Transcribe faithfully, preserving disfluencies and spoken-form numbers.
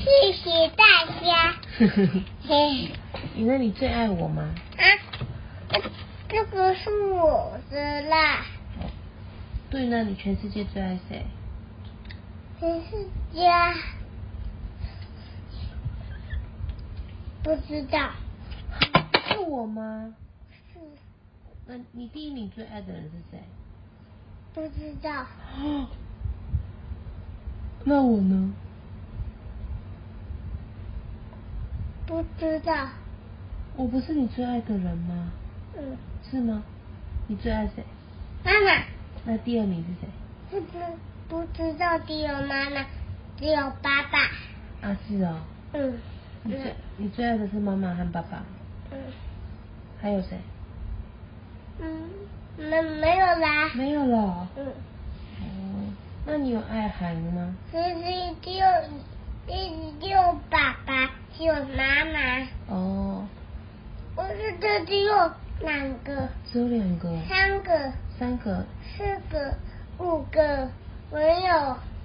谢谢大家。嘿， 那你最爱我吗？ 啊，这个是我的啦。 对，那你全世界最爱谁？ 全世界不知道。 是我吗？ 是。 那你第一名最爱的人是谁？ 不知道。 那我呢？ 不知道。 我不是你最爱的人吗？ 嗯。 是吗？你最爱谁？ 妈妈。 那第二名是谁？ 不知不知道，只有妈妈，只有爸爸。 啊，是哦。 嗯。 你最你最爱的是妈妈和爸爸。 嗯。 还有谁？ 嗯，没没有啦。 没有了。 嗯。 哦，那你有爱韩吗？ 其实只有只有爸爸，只有妈妈。 哦。 我觉得只有两个。 只有两个。 三个。 三个。 四个。五个。没有。